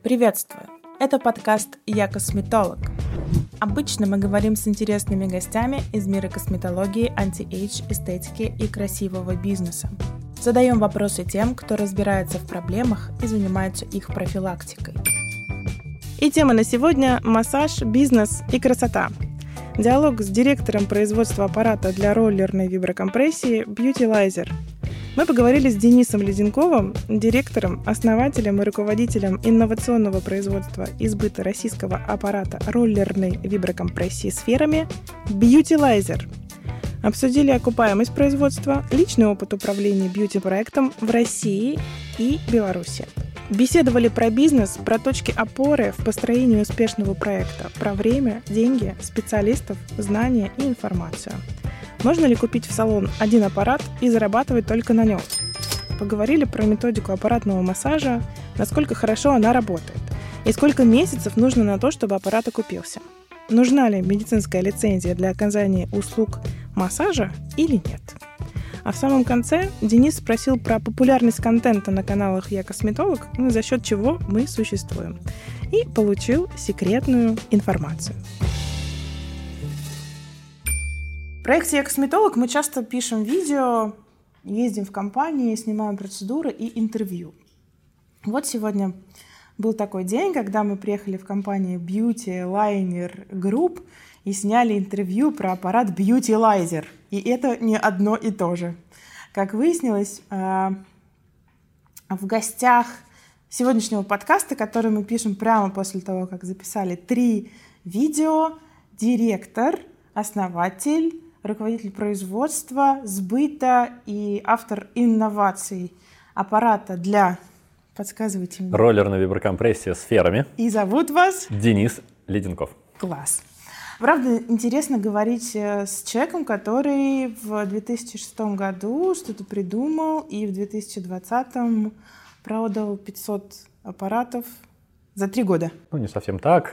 Приветствую! Это подкаст «Я косметолог». Обычно мы говорим с интересными гостями из мира косметологии, анти-эйдж, эстетики и красивого бизнеса. Задаем вопросы тем, кто разбирается в проблемах и занимается их профилактикой. И тема на сегодня – массаж, бизнес и красота. Диалог с директором производства аппарата для роллерной виброкомпрессии Beautylizer. Мы поговорили с Денисом Леденковым, директором, основателем и руководителем инновационного производства и сбыта российского аппарата роллерной виброкомпрессии сферами Beautylizer. Обсудили окупаемость производства, личный опыт управления бьюти-проектом в России и Беларуси. Беседовали про бизнес, про точки опоры в построении успешного проекта, про время, деньги, специалистов, знания и информацию. Можно ли купить в салон один аппарат и зарабатывать только на нем? Поговорили про методику аппаратного массажа, насколько хорошо она работает, и сколько месяцев нужно на то, чтобы аппарат окупился. Нужна ли медицинская лицензия для оказания услуг массажа или нет? А в самом конце Денис спросил про популярность контента на каналах «Я косметолог», за счет чего мы существуем, и получил секретную информацию. В проекте «Я косметолог» мы часто пишем видео, ездим в компании, снимаем процедуры и интервью. Вот сегодня был такой день, когда мы приехали в компанию Beautylizer Group и сняли интервью про аппарат Beautylizer. И это не одно и то же. Как выяснилось, в гостях сегодняшнего подкаста, который мы пишем прямо после того, как записали 3 видео, директор, основатель, руководитель производства, сбыта и автор инноваций аппарата для, подсказывайте мне, роллерная виброкомпрессия сферами. И зовут вас? Денис Леденков. Класс. Правда, интересно говорить с человеком, который в 2006 году что-то придумал и в 2020 продал 500 аппаратов за 3 года. Не совсем так.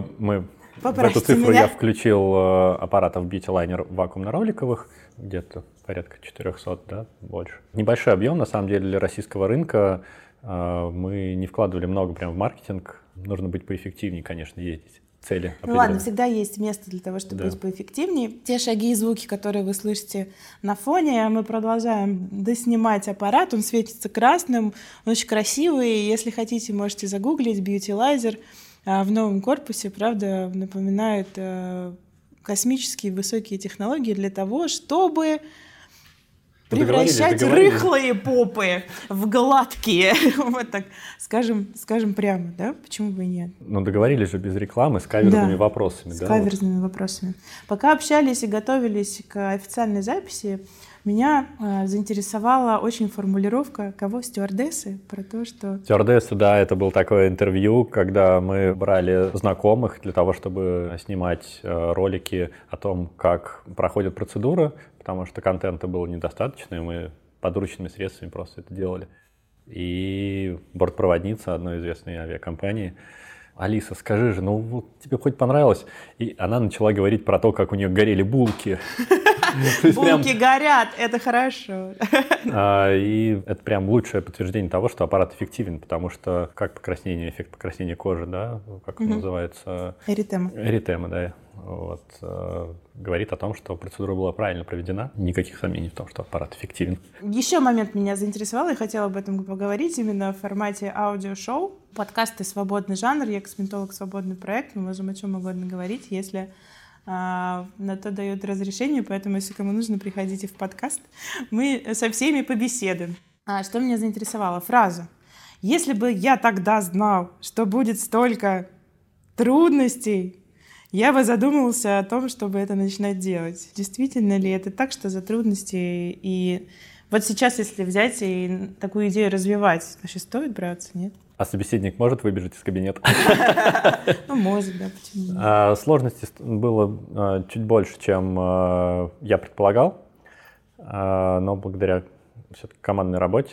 В эту цифру я включил аппаратов Beautylizer вакуумно-роликовых, где-то порядка 400, да, больше. Небольшой объем, на самом деле, для российского рынка. Мы не вкладывали много прямо в маркетинг. Нужно быть поэффективнее, конечно, ездить. Цели. Ну ладно, всегда есть место для того, чтобы быть поэффективнее. Те шаги и звуки, которые вы слышите на фоне, мы продолжаем доснимать аппарат. Он светится красным, он очень красивый. Если хотите, можете загуглить Beautylizer. В новом корпусе, правда, напоминает космические высокие технологии для того, чтобы превращать рыхлые попы в гладкие. Вот так, скажем прямо, да? Почему бы и нет? Договорились же без рекламы, с каверзными вопросами. С каверзными вопросами. Пока общались и готовились к официальной записи, меня заинтересовала очень формулировка кого? Стюардессы? Про то, что... Стюардессы, да, это было такое интервью, когда мы брали знакомых для того, чтобы снимать ролики о том, как проходит процедура, потому что контента было недостаточно, и мы подручными средствами просто это делали. И бортпроводница одной известной авиакомпании: Алиса, скажи же, тебе хоть понравилось? И она начала говорить про то, как у нее горели булки. Булки горят, это хорошо. И это прям лучшее подтверждение того, что аппарат эффективен, потому что как покраснение, эффект покраснения кожи, да, как он называется? Эритема. Эритема, да. Говорит о том, что процедура была правильно проведена. Никаких сомнений в том, что аппарат эффективен. Еще момент меня заинтересовал, я хотела об этом поговорить именно в формате аудиошоу. Подкасты «Свободный жанр», «Я косметолог», «Свободный проект». Мы можем о чем угодно говорить, если на то дает разрешение. Поэтому, если кому нужно, приходите в подкаст. Мы со всеми побеседуем. Что меня заинтересовало? Фраза: «Если бы я тогда знал, что будет столько трудностей, я бы задумался о том, чтобы это начинать делать». Действительно ли это так, что за трудности? И вот сейчас, если взять и такую идею развивать, значит, стоит браться, нет? А собеседник может выбежать из кабинета? Может, да, почему нет? Сложностей было чуть больше, чем я предполагал, но благодаря все-таки командной работе,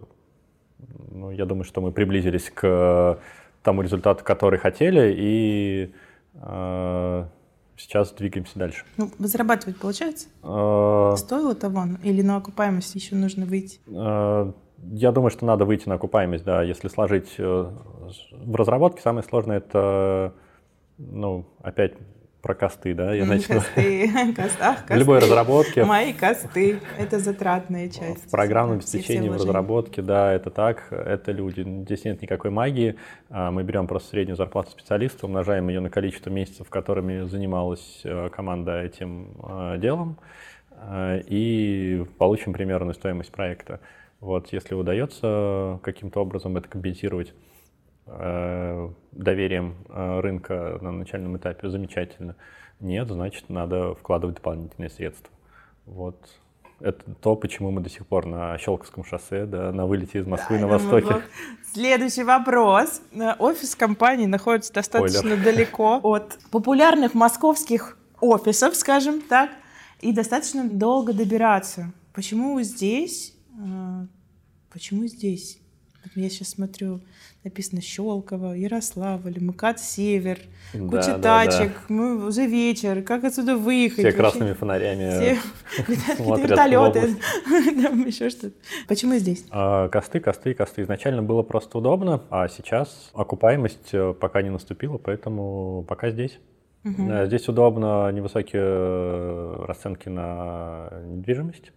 я думаю, что мы приблизились к тому результату, который хотели, и сейчас двигаемся дальше. Зарабатывать получается? Стоило того? Или на окупаемость еще нужно выйти? Я думаю, что надо выйти на окупаемость, да. Если сложить в разработке, самое сложное это, опять про косты, да, я начну. Косты. В любой разработке. Мои косты. Это затратная часть. В программном обеспечении, в разработке, да, это так, это люди. Здесь нет никакой магии. Мы берем просто среднюю зарплату специалиста, умножаем ее на количество месяцев, которыми занималась команда этим делом, и получим примерную стоимость проекта. Вот, если удается каким-то образом это компенсировать доверием рынка на начальном этапе, замечательно. Нет, значит, надо вкладывать дополнительные средства. Вот. Это то, почему мы до сих пор на Щелковском шоссе, да, на вылете из Москвы на востоке. Следующий вопрос. Офис компании находится достаточно далеко от популярных московских офисов, скажем так, и достаточно долго добираться. Почему здесь? Почему здесь? Я сейчас смотрю, написано Щелково, Ярославль, МКАД Север, куча тачек, мы уже вечер, как отсюда выехать? Все красными фонарями смотрят вертолеты, там еще что-то. Почему здесь? Косты. Изначально было просто удобно, а сейчас окупаемость пока не наступила, поэтому пока здесь. Здесь удобно, невысокие расценки на недвижимость.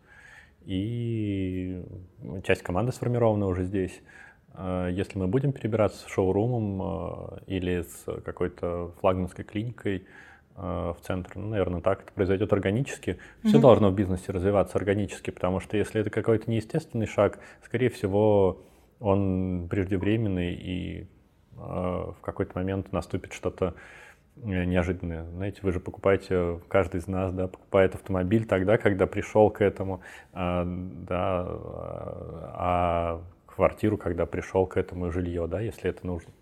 И часть команды сформирована уже здесь. Если мы будем перебираться с шоурумом или с какой-то флагманской клиникой в центр, наверное, так это произойдет органически. Все должно в бизнесе развиваться органически, потому что если это какой-то неестественный шаг, скорее всего, он преждевременный, и в какой-то момент наступит что-то неожиданное. Знаете, вы же покупаете, каждый из нас, да, покупает автомобиль тогда, когда пришел к этому, а квартиру, когда пришел к этому, жилье, да, если это нужно.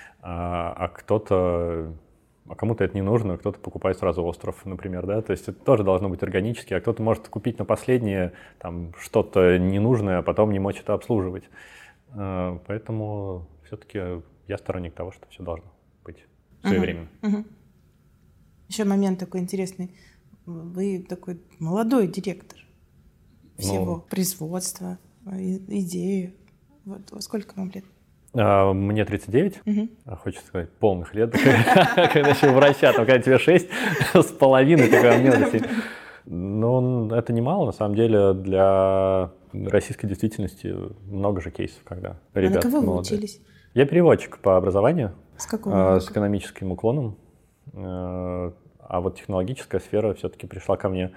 Кому-то это не нужно, а кто-то покупает сразу остров, например, да, то есть это тоже должно быть органически, а кто-то может купить на последнее там что-то ненужное, а потом не мочь это обслуживать. Поэтому все-таки я сторонник того, что все должно быть своевременно. Еще момент такой интересный. Вы такой молодой директор всего производства, идеи. Вот сколько вам лет? Мне 39, хочется сказать, полных лет, когда еще врача, там, когда тебе 6,5, такая мелочь. Но это немало, на самом деле, для российской действительности много же кейсов, когда ребята на кого молодые. Вы учились? Я переводчик по образованию. С какого? С экономическим уклоном. А вот технологическая сфера все-таки пришла ко мне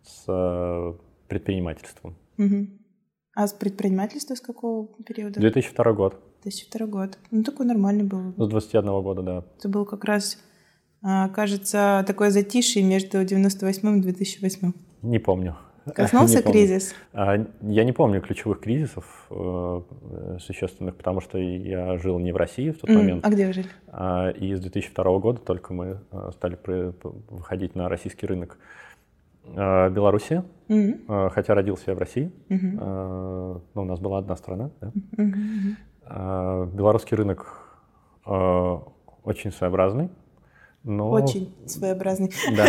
с предпринимательством. А с предпринимательства с какого периода? 2002 год. 2002 год. Ну, такой нормальный был. С 21 года, да. Это был как раз, кажется, такое затишье между 98 и 2008. Не помню. Коснулся кризис? Я не помню ключевых кризисов существенных, потому что я жил не в России в тот момент. А где вы жили? И с 2002 года только мы стали выходить на российский рынок. Белоруссия, хотя родился я в России, но у нас была одна страна. Да? Белорусский рынок очень своеобразный. Очень своеобразный. Да.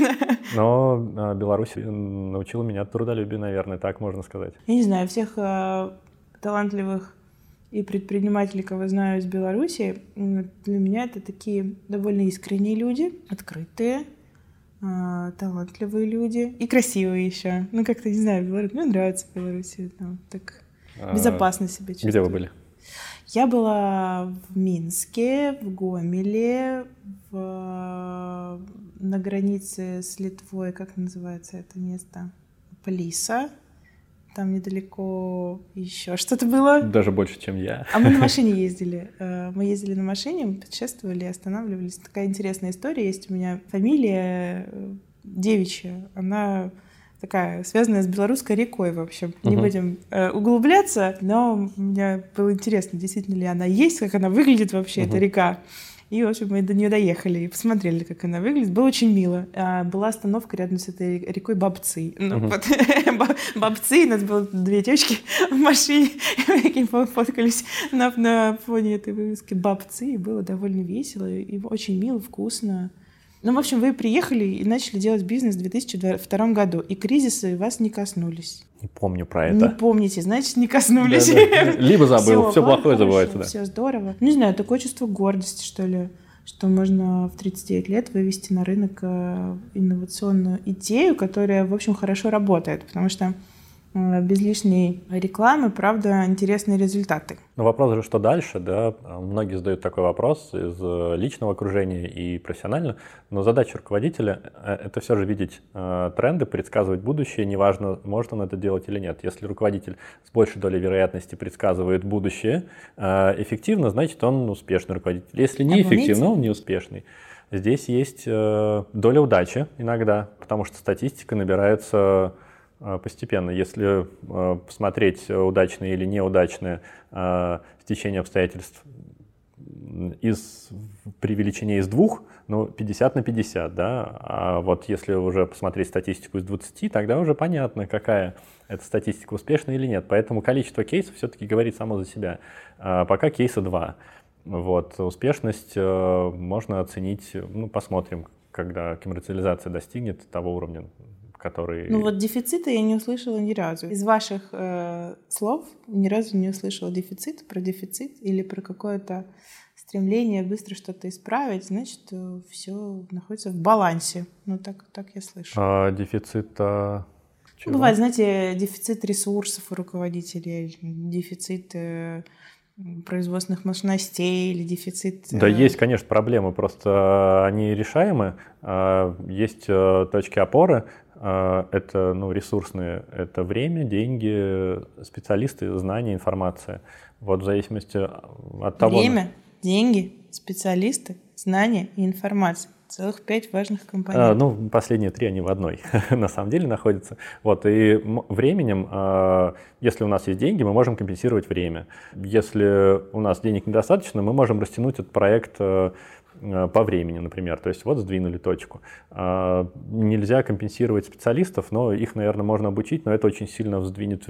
Но Беларусь научила меня трудолюбию, наверное, так можно сказать. Я не знаю, всех талантливых и предпринимателей, кого знаю из Беларуси, для меня это такие довольно искренние люди, открытые, талантливые люди и красивые еще. Ну, как-то, не знаю, мне нравится в Беларуси. Там, так безопасно себя чувствую. Где вы были? Я была в Минске, в Гомеле, на границе с Литвой, как называется это место? Полиса. Там недалеко еще что-то было. Даже больше, чем я. А мы на машине ездили. Мы ездили на машине, мы путешествовали, останавливались. Такая интересная история есть. У меня фамилия девичья. Она такая, связанная с белорусской рекой, в общем. Не будем углубляться, но мне было интересно, действительно ли она есть, как она выглядит вообще, эта река. И, в общем, мы до нее доехали и посмотрели, как она выглядит. Было очень мило. Была остановка рядом с этой рекой Бабцы. Бабцы, у нас было две девочки в машине, и мы такие фоткались на фоне этой вывески Бабцы, и было довольно весело, и очень мило, вкусно. Ну, в общем, вы приехали и начали делать бизнес в 2002 году, и кризисы вас не коснулись. Не помню про Не это. помните, значит, не коснулись. Да. Либо забыл, все плохое забывается, да. Все здорово. Не знаю, такое чувство гордости, что ли, что можно в 39 лет вывести на рынок инновационную идею, которая, в общем, хорошо работает, потому что без лишней рекламы, правда, интересные результаты. Но вопрос же, что дальше, да? Многие задают такой вопрос из личного окружения и профессионально, но задача руководителя — это все же видеть тренды, предсказывать будущее, неважно, может он это делать или нет. Если руководитель с большей долей вероятности предсказывает будущее эффективно, значит, он успешный руководитель. Если неэффективно, он неуспешный. Здесь есть доля удачи иногда, потому что статистика набирается постепенно. Если посмотреть удачное или неудачное стечение обстоятельств при величине из 2, ну, 50 на 50, да, а вот если уже посмотреть статистику из 20, тогда уже понятно, какая эта статистика, успешная или нет. Поэтому количество кейсов все-таки говорит само за себя. Пока кейса 2. Вот, успешность можно оценить, ну, посмотрим, когда коммерциализация достигнет того уровня, который... Ну вот дефицита я не услышала ни разу. Из ваших слов ни разу не услышала про дефицит или про какое-то стремление быстро что-то исправить. Значит, все находится в балансе. Ну так я слышу. Дефицит... Ну, бывает, знаете, дефицит ресурсов у руководителей, дефицит производственных мощностей или дефицит... Да, есть, конечно, проблемы, просто они решаемы. Есть точки опоры. Это, ну, ресурсные, это время, деньги, специалисты, знания, информация. Вот в зависимости от того... Время, деньги, специалисты, знания и информация. Целых 5 важных компонентов. Ну, последние 3, они в одной на самом деле находятся. Вот, и временем, если у нас есть деньги, мы можем компенсировать время. Если у нас денег недостаточно, мы можем растянуть этот проект по времени, например. То есть вот сдвинули точку. Нельзя компенсировать специалистов, но их, наверное, можно обучить, но это очень сильно сдвинет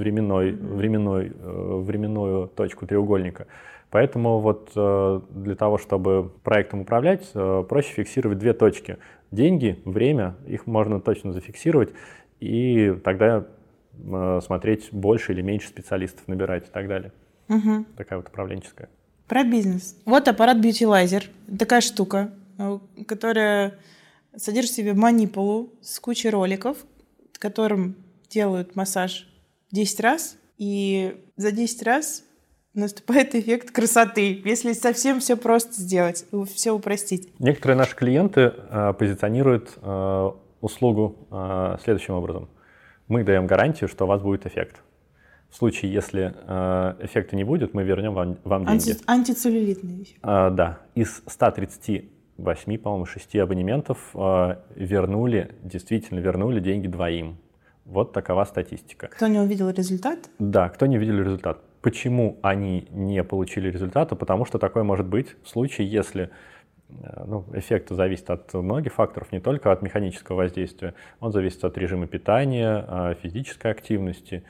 временную точку треугольника. Поэтому вот для того, чтобы проектом управлять, проще фиксировать 2 точки. Деньги, время, их можно точно зафиксировать, и тогда смотреть больше или меньше специалистов набирать и так далее. Угу. Такая вот управленческая. Про бизнес. Вот аппарат Beautylizer. Такая штука, которая содержит в себе манипулу с кучей роликов, которым делают массаж 10 раз, и за 10 раз наступает эффект красоты, если совсем все просто сделать, все упростить. Некоторые наши клиенты позиционируют услугу следующим образом. Мы даем гарантию, что у вас будет эффект. В случае, если эффекта не будет, мы вернем вам деньги. Антицеллюлитный эффект. Да. Из 138, по-моему, 6 абонементов действительно вернули деньги 2. Вот такова статистика. Кто не увидел результат? Да, кто не видел результат. Почему они не получили результата? Потому что такое может быть в случае, если эффект зависит от многих факторов, не только от механического воздействия. Он зависит от режима питания, физической активности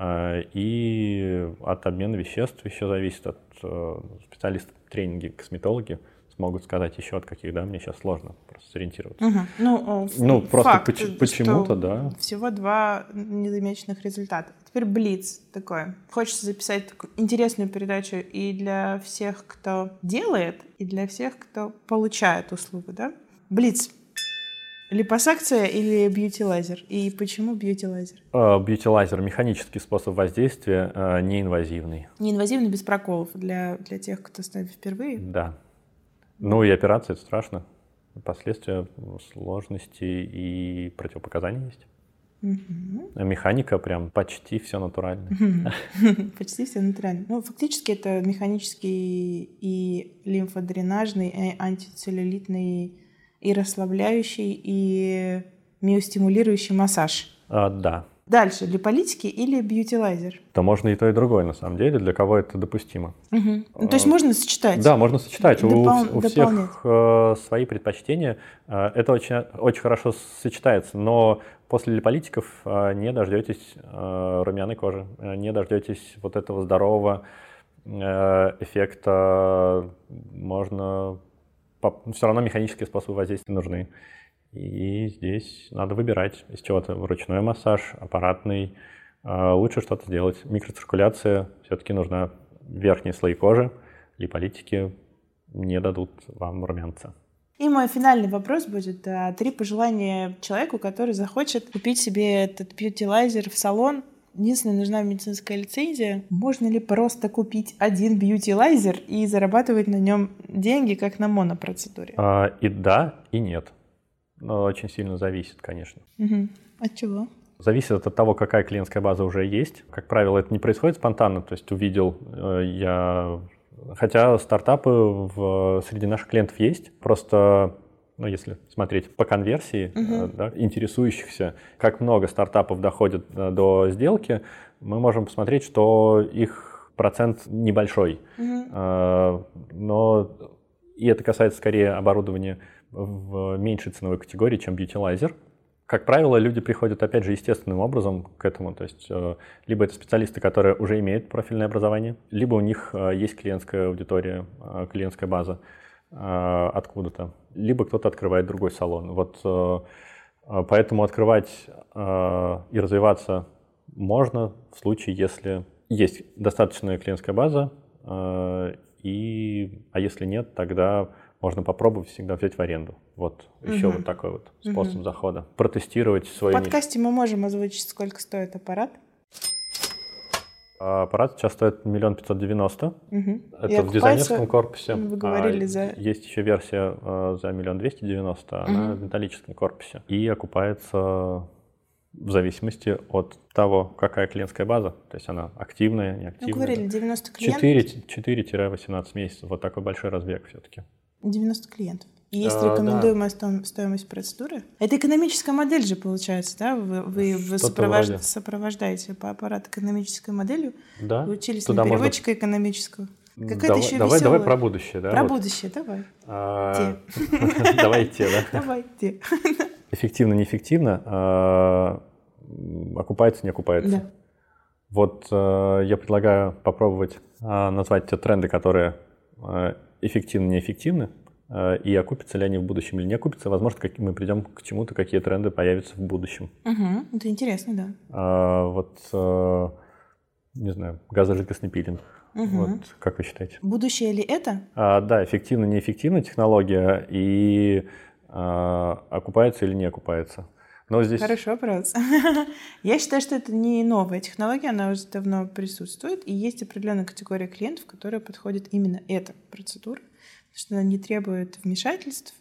и от обмена веществ еще зависит от специалистов тренинги, косметологи смогут сказать еще от каких, да, мне сейчас сложно просто сориентироваться. Угу. Просто факт, почему-то, да. Всего 2 незамеченных результата. Теперь блиц такой. Хочется записать такую интересную передачу и для всех, кто делает, и для всех, кто получает услугу, да? Блиц. Липосакция или бьюти-лазер? И почему бьюти-лазер? Бьюти-лазер — механический способ воздействия, неинвазивный. Неинвазивный, без проколов для тех, кто с нами впервые? Да. Ну и операция — это страшно. Последствия, сложности и противопоказания есть. Угу. Механика прям почти все натурально. Почти все натурально. Ну, фактически это механический и лимфодренажный, и антицеллюлитный, и расслабляющий, и миостимулирующий массаж. Да. Дальше, липолитики или бьюти-лазер? То можно и то, и другое, на самом деле. Для кого это допустимо. Угу. Ну, то есть можно сочетать? Да, можно сочетать. У всех свои предпочтения. Это очень, очень хорошо сочетается. Но после липолитиков не дождетесь румяной кожи, не дождетесь вот этого здорового эффекта. Можно все равно механические способы воздействия нужны. И здесь надо выбирать из чего-то. Ручной массаж, аппаратный. Лучше что-то сделать. Микроциркуляция все-таки нужна. Верхние слои кожи, липолитики не дадут вам румянца. И мой финальный вопрос будет: 3 пожелания человеку, который захочет купить себе этот бьюти-лайзер в салон. Единственное, нужна медицинская лицензия. Можно ли просто купить один бьюти-лайзер и зарабатывать на нем деньги, как на монопроцедуре? И да, и нет. Но очень сильно зависит, конечно. Угу. От чего? Зависит от того, какая клиентская база уже есть. Как правило, это не происходит спонтанно. То есть увидел я... Хотя стартапы среди наших клиентов есть. Просто, если смотреть по конверсии, да, интересующихся, как много стартапов доходит до сделки, мы можем посмотреть, что их процент небольшой. Но и это касается скорее оборудования в меньшей ценовой категории, чем бьюти-лайзер. Как правило, люди приходят, опять же, естественным образом к этому. То есть либо это специалисты, которые уже имеют профильное образование, либо у них есть клиентская аудитория, клиентская база откуда-то, либо кто-то открывает другой салон. Вот поэтому открывать и развиваться можно в случае, если есть достаточная клиентская база, а если нет, тогда можно попробовать всегда взять в аренду. Вот еще вот такой вот способ захода. Протестировать свою В подкасте мы можем озвучить, сколько стоит аппарат. Аппарат сейчас стоит 1 590 000. Это в дизайнерском корпусе. Вы говорили Есть еще версия за 1 290 000, она в металлическом корпусе. И окупается в зависимости от того, какая клиентская база. То есть она активная, неактивная. Вы говорили, 90 клиентов? 4-18 месяцев. Вот такой большой разбег все-таки. 90 клиентов. И есть рекомендуемая стоимость процедуры? Это экономическая модель же получается, да? Вы сопровождаете по аппарату экономической моделью? Да. Вы учились на переводчика экономического? Какая-то еще давай веселая. про будущее. Да? Про будущее, давай. Давай те, да? Давай те. Эффективно, неэффективно, окупается, не окупается. Да. Вот я предлагаю попробовать назвать те тренды, которые эффективны, неэффективны, и окупятся ли они в будущем или не окупятся. Возможно, мы придем к чему-то, какие тренды появятся в будущем. Это интересно, да. Не знаю, газожидкостный пилинг. Вот, как вы считаете? Будущее ли это? Да, эффективно, неэффективна технология, и окупается или не окупается. Но здесь... Хороший вопрос. Я считаю, что это не новая технология, она уже давно присутствует, и есть определенная категория клиентов, которая подходит именно эта процедура, потому что она не требует вмешательств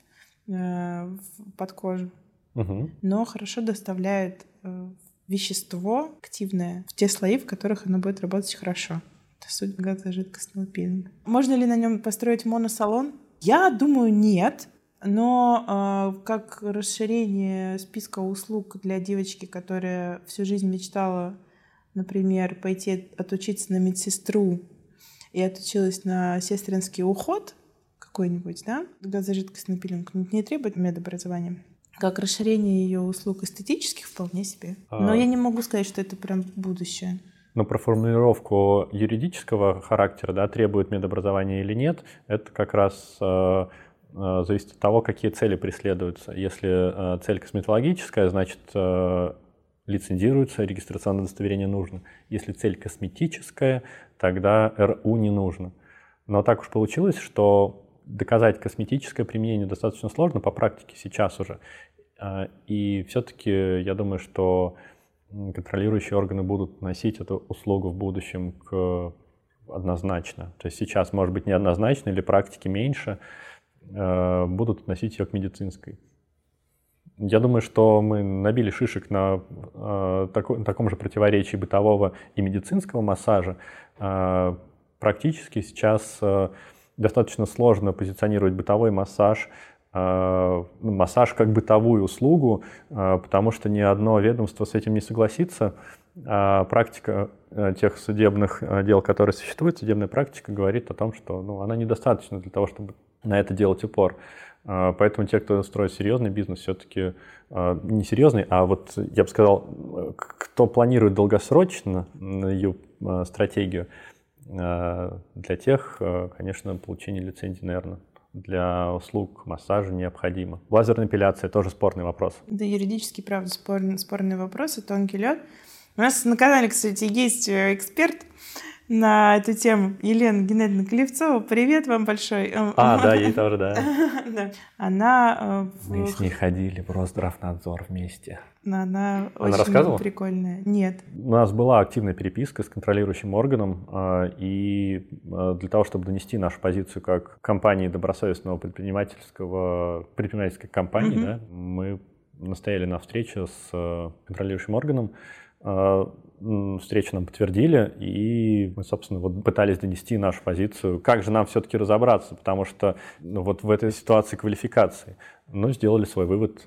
под кожу, но хорошо доставляет вещество активное в те слои, в которых оно будет работать хорошо. Это суть газожидкостного пилинга. Можно ли на нем построить моносалон? Я думаю, нет. Но как расширение списка услуг для девочки, которая всю жизнь мечтала, например, пойти отучиться на медсестру и отучилась на сестринский уход какой-нибудь, да, газожидкостный пилинг не требует медобразования. Как расширение ее услуг эстетических вполне себе. Но я не могу сказать, что это прям будущее. Но про формулировку юридического характера, да, требует медобразования или нет, это как раз... зависит от того, какие цели преследуются. Если цель косметологическая, значит, лицензируется, регистрационное удостоверение нужно. Если цель косметическая, тогда РУ не нужно. Но так уж получилось, что доказать косметическое применение достаточно сложно по практике сейчас уже. И все-таки я думаю, что контролирующие органы будут носить эту услугу в будущем однозначно. То есть сейчас, может быть, неоднозначно или практики меньше, будут относить ее к медицинской. Я думаю, что мы набили шишек на таком же противоречии бытового и медицинского массажа. Практически сейчас достаточно сложно позиционировать бытовой массаж, массаж как бытовую услугу, потому что ни одно ведомство с этим не согласится. Практика тех судебных дел, которые существуют, судебная практика говорит о том, что она недостаточна для того, чтобы на это делать упор. Поэтому те, кто строит серьезный бизнес, все-таки не серьезный, а вот я бы сказал, кто планирует долгосрочно ее стратегию, для тех, конечно, получение лицензии, наверное, для услуг массажа необходимо. Лазерная эпиляция тоже спорный вопрос. Да, юридически, правда, спорные вопросы, тонкий лед. У нас на канале, кстати, есть эксперт на эту тему, Елена Геннадьевна Клевцова. Привет вам большой. Да, ей тоже, да. Она... Мы с ней ходили в Росздравнадзор вместе. Она очень рассказывала? Прикольная. Нет. У нас была активная переписка с контролирующим органом, и для того, чтобы донести нашу позицию как компании добросовестного предпринимательской компании, да, мы настояли на встрече с контролирующим органом. Встречу нам подтвердили, и мы, собственно, пытались донести нашу позицию. Как же нам все-таки разобраться, потому что в этой ситуации квалификации. Сделали свой вывод,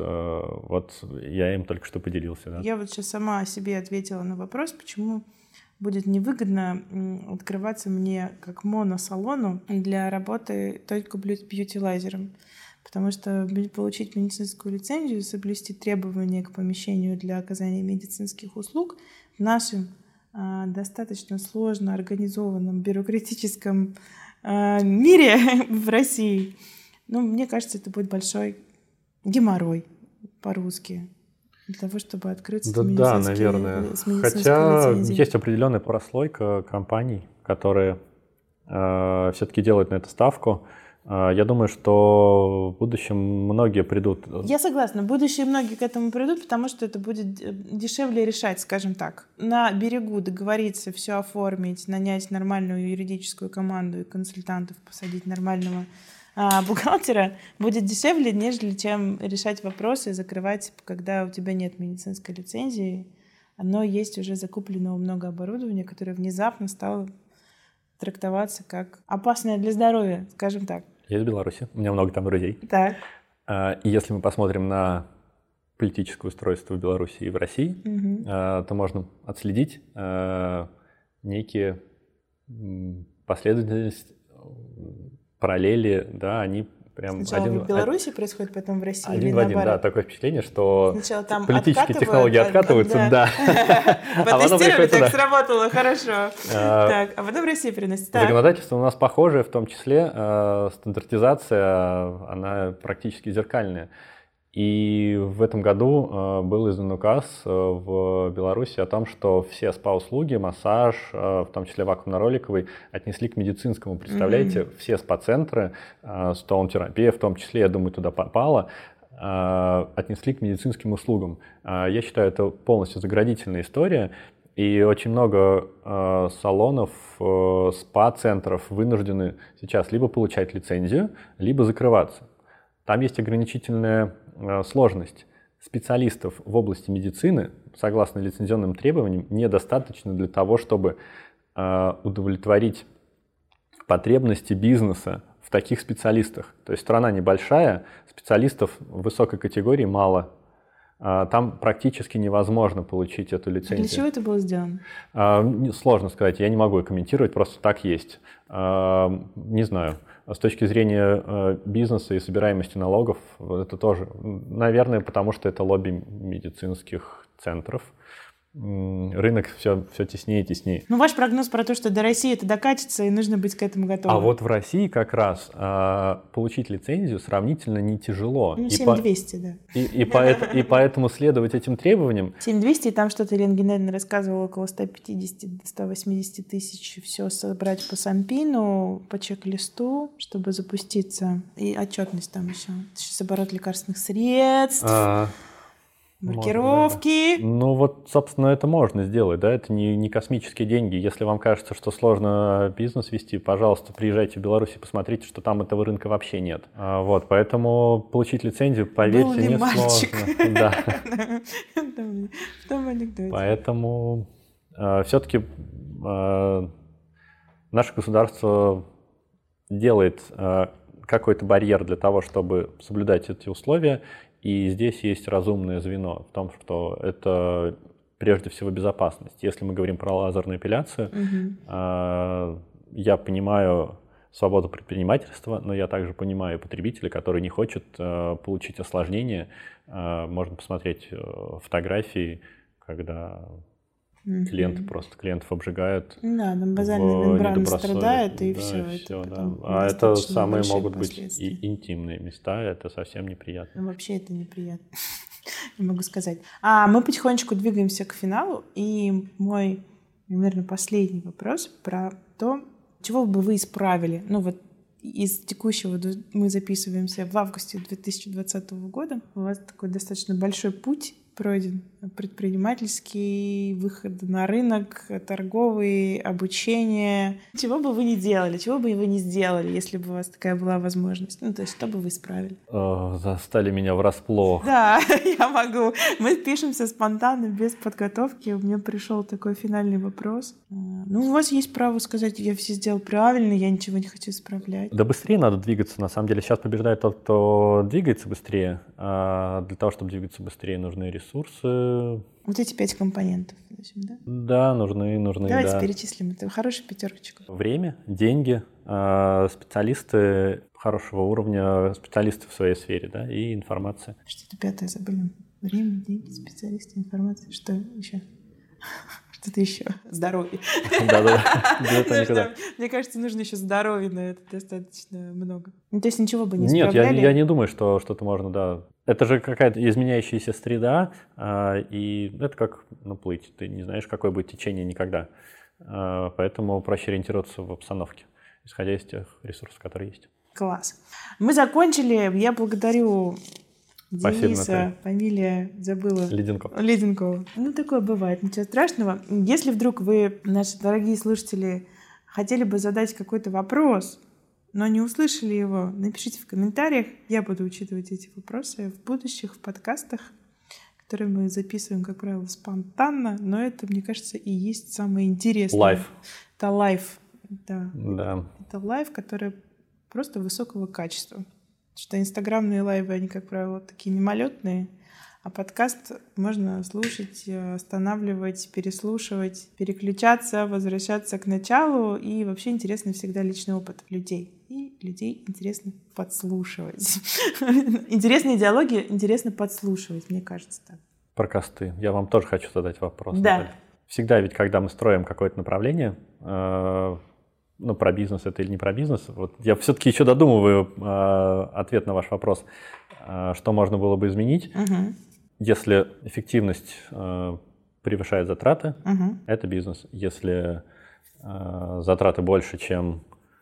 я им только что поделился. Да. Я сейчас сама о себе ответила на вопрос, почему будет невыгодно открываться мне как моносалону для работы только бьюти-лазером. Потому что получить медицинскую лицензию, соблюсти требования к помещению для оказания медицинских услуг в нашем достаточно сложно организованном бюрократическом мире в России, мне кажется, это будет большой геморрой по-русски для того, чтобы открыться с медицинской Хотя лицензией. Есть определенная прослойка компаний, которые все-таки делают на это ставку. Я думаю, что в будущем многие придут. Я согласна, в будущем многие к этому придут, потому что это будет дешевле решать, скажем так. На берегу договориться, все оформить, нанять нормальную юридическую команду и консультантов, посадить нормального бухгалтера будет дешевле, нежели чем решать вопросы и закрывать, когда у тебя нет медицинской лицензии. Оно есть уже закупленного много оборудования, которое внезапно стало трактоваться как опасное для здоровья, скажем так. Я из Беларуси, у меня много там друзей. Так. И если мы посмотрим на политическое устройство в Беларуси и в России, то можно отследить некие последовательности, параллели, да, они прям сначала в Беларуси происходит, потом в России один или в один, наоборот? да, такое впечатление, что сначала там политические технологии откатываются, да. Потестировали, так сработало, хорошо. Так, а потом в Россию переносят. Законодательство у нас похожее, в том числе стандартизация, она практически зеркальная. И в этом году был издан указ в Беларуси о том, что все СПА-услуги, массаж, в том числе вакуумно-роликовый, отнесли к медицинскому. Представляете, все СПА-центры, стоун-терапия в том числе, я думаю, туда попало, отнесли к медицинским услугам. Я считаю, это полностью заградительная история. И очень много салонов, СПА-центров вынуждены сейчас либо получать лицензию, либо закрываться. Там есть ограничительная сложность. Специалистов в области медицины, согласно лицензионным требованиям, недостаточно для того, чтобы удовлетворить потребности бизнеса в таких специалистах. То есть страна небольшая, специалистов высокой категории мало. Там практически невозможно получить эту лицензию. Для чего это было сделано? Сложно сказать, я не могу комментировать, просто так есть. Не знаю. С точки зрения бизнеса и собираемости налогов, это тоже, наверное, потому что это лобби медицинских центров. Рынок все теснее и теснее. Ваш прогноз про то, что до России это докатится, и нужно быть к этому готовым. А вот в России как раз получить лицензию сравнительно не тяжело. 7200, да. И поэтому следовать этим требованиям. 7200, и там что-то Елена Геннадьевна рассказывала, около 150-180 тысяч все собрать по СамПину, по чек-листу, чтобы запуститься. И отчетность там еще. Сейчас оборот лекарственных средств. Маркировки. Можно, да. Собственно, это можно сделать, да, это не космические деньги. Если вам кажется, что сложно бизнес вести, пожалуйста, приезжайте в Беларусь и посмотрите, что там этого рынка вообще нет. Поэтому получить лицензию, поверьте, не сложно. Да. В том анекдоте. Поэтому все-таки наше государство делает какой-то барьер для того, чтобы соблюдать эти условия. И здесь есть разумное звено в том, что это прежде всего безопасность. Если мы говорим про лазерную эпиляцию, я понимаю свободу предпринимательства, но я также понимаю потребителя, который не хочет получить осложнения. Можно посмотреть фотографии, когда Клиентов обжигают. Да, там базальная мембрана страдает, и все. А это самые могут быть и интимные места, это совсем неприятно. Вообще это неприятно, не могу сказать. Мы потихонечку двигаемся к финалу, и мой, наверное, последний вопрос про то, чего бы вы исправили. Из текущего мы записываемся в августе 2020 года. У вас такой достаточно большой путь пройден. Предпринимательский, выход на рынок, торговый, обучение. Чего бы вы не делали, чего бы вы не сделали, если бы у вас такая была возможность? То есть, что бы вы исправили? Застали меня врасплох. Да, я могу. Мы пишемся спонтанно, без подготовки. У меня пришел такой финальный вопрос. У вас есть право сказать, я все сделал правильно, я ничего не хочу исправлять. Да быстрее надо двигаться, на самом деле. Сейчас побеждает тот, кто двигается быстрее. А для того, чтобы двигаться быстрее, нужны ресурсы. Вот эти 5 компонентов, да? Да, нужны. Давайте перечислим. Это хорошая пятерочка. Время, деньги, специалисты хорошего уровня, специалисты в своей сфере, да, и информация. Что-то 5 забыли. Время, деньги, специалисты, информация. Что еще? Что-то еще. Здоровье. Да. Мне кажется, нужно еще здоровье, но это достаточно много. То есть ничего бы не исправляли? Нет, я не думаю, что что-то можно, да. Это же какая-то изменяющаяся среда, и это как плыть. Ты не знаешь, какое будет течение никогда. Поэтому проще ориентироваться в обстановке, исходя из тех ресурсов, которые есть. Класс. Мы закончили. Я благодарю Спасибо, Дениса, Наталья. Фамилия забыла. Леденкова. Такое бывает, ничего страшного. Если вдруг вы, наши дорогие слушатели, хотели бы задать какой-то вопрос, но не услышали его, напишите в комментариях. Я буду учитывать эти вопросы в будущих подкастах, которые мы записываем, как правило, спонтанно, но это, мне кажется, и есть самое интересное. Лайв. Это лайв, да. Да. Это лайв, который просто высокого качества. Что инстаграмные лайвы, они, как правило, такие мимолетные, а подкаст можно слушать, останавливать, переслушивать, переключаться, возвращаться к началу. И вообще интересный всегда личный опыт людей. И людей интересно подслушивать. Интересные диалоги интересно подслушивать, мне кажется так. Про косты. Я вам тоже хочу задать вопрос. Да. Наталья. Всегда ведь, когда мы строим какое-то направление, про бизнес это или не про бизнес, вот я все-таки еще додумываю ответ на ваш вопрос, что можно было бы изменить. Угу. Если эффективность превышает затраты, это бизнес. Если затраты больше, чем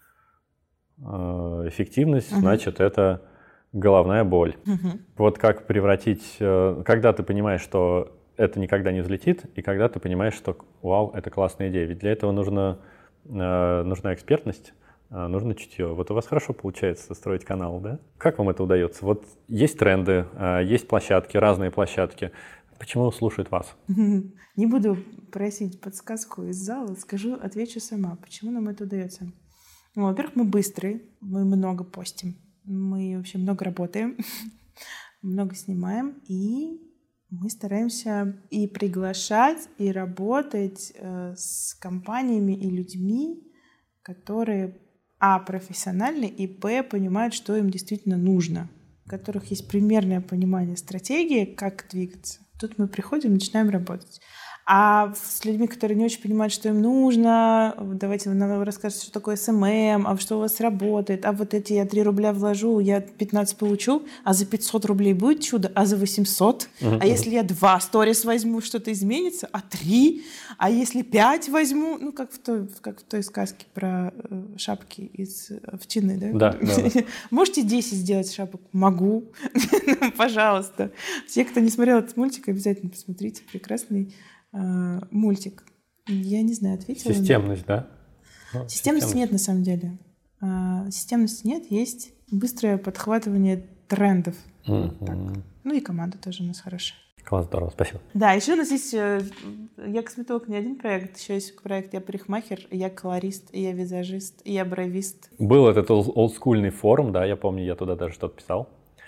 эффективность, значит, это головная боль. Вот как превратить... Когда ты понимаешь, что это никогда не взлетит, и когда ты понимаешь, что вау, это классная идея. Ведь для этого нужна экспертность, нужно чутье. Вот у вас хорошо получается строить канал, да? Как вам это удается? Вот есть тренды, есть площадки, разные площадки. Почему слушают вас? Не буду просить подсказку из зала, отвечу сама. Почему нам это удается? Во-первых, мы быстрые, мы много постим, мы вообще много работаем, много снимаем, и мы стараемся и приглашать, и работать с компаниями и людьми, которые, профессиональны, и, понимают, что им действительно нужно, у которых есть примерное понимание стратегии, как двигаться. Тут мы приходим, начинаем работать. А с людьми, которые не очень понимают, что им нужно, давайте вы нам расскажете, что такое СММ, а что у вас работает, а вот эти я 3 рубля вложу, я 15 получу, а за 500 рублей будет чудо, а за 800? А если я 2 сторис возьму, что-то изменится? А 3? А если 5 возьму? Как в той сказке про шапки из овчины, да? Да. Можете 10 сделать шапок? Могу. Пожалуйста. Все, кто не смотрел этот мультик, обязательно посмотрите. Прекрасный мультик. Я не знаю, ответила. Системность, да? Системности нет на самом деле. Системности нет, есть быстрое подхватывание трендов. Так. И команда тоже у нас хорошая. Класс, здорово, спасибо. Да, еще у нас есть «Я косметолог» не один проект, еще есть проект «Я парикмахер», «Я колорист», «Я визажист», «Я бровист». Был этот олдскульный форум, да, я помню, я туда даже что-то писал,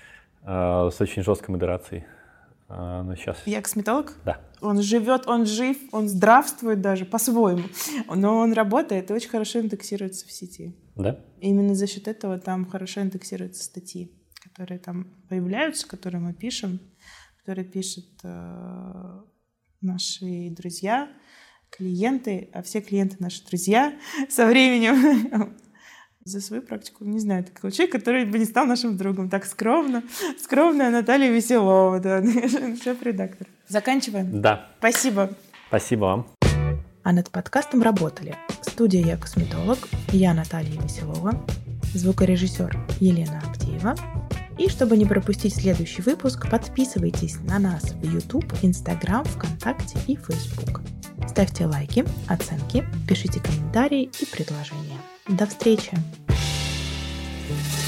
с очень жесткой модерацией. Но сейчас... «Я косметолог»? Да. Он живет, он жив, он здравствует даже по-своему, но он работает и очень хорошо индексируется в сети. Да? Именно за счет этого там хорошо индексируются статьи, которые там появляются, которые мы пишем, которые пишут наши друзья, клиенты, а все клиенты наши друзья со временем. За свою практику, не знаю, такой человек, который бы не стал нашим другом. Так скромная Наталья Веселова, да, шеф-редактор. Заканчиваем? Да. Спасибо. Спасибо вам. А над подкастом работали студия «Я косметолог», я Наталья Веселова, звукорежиссер Елена Авдеева. И чтобы не пропустить следующий выпуск, подписывайтесь на нас в YouTube, Instagram, ВКонтакте и Facebook. Ставьте лайки, оценки, пишите комментарии и предложения. До встречи!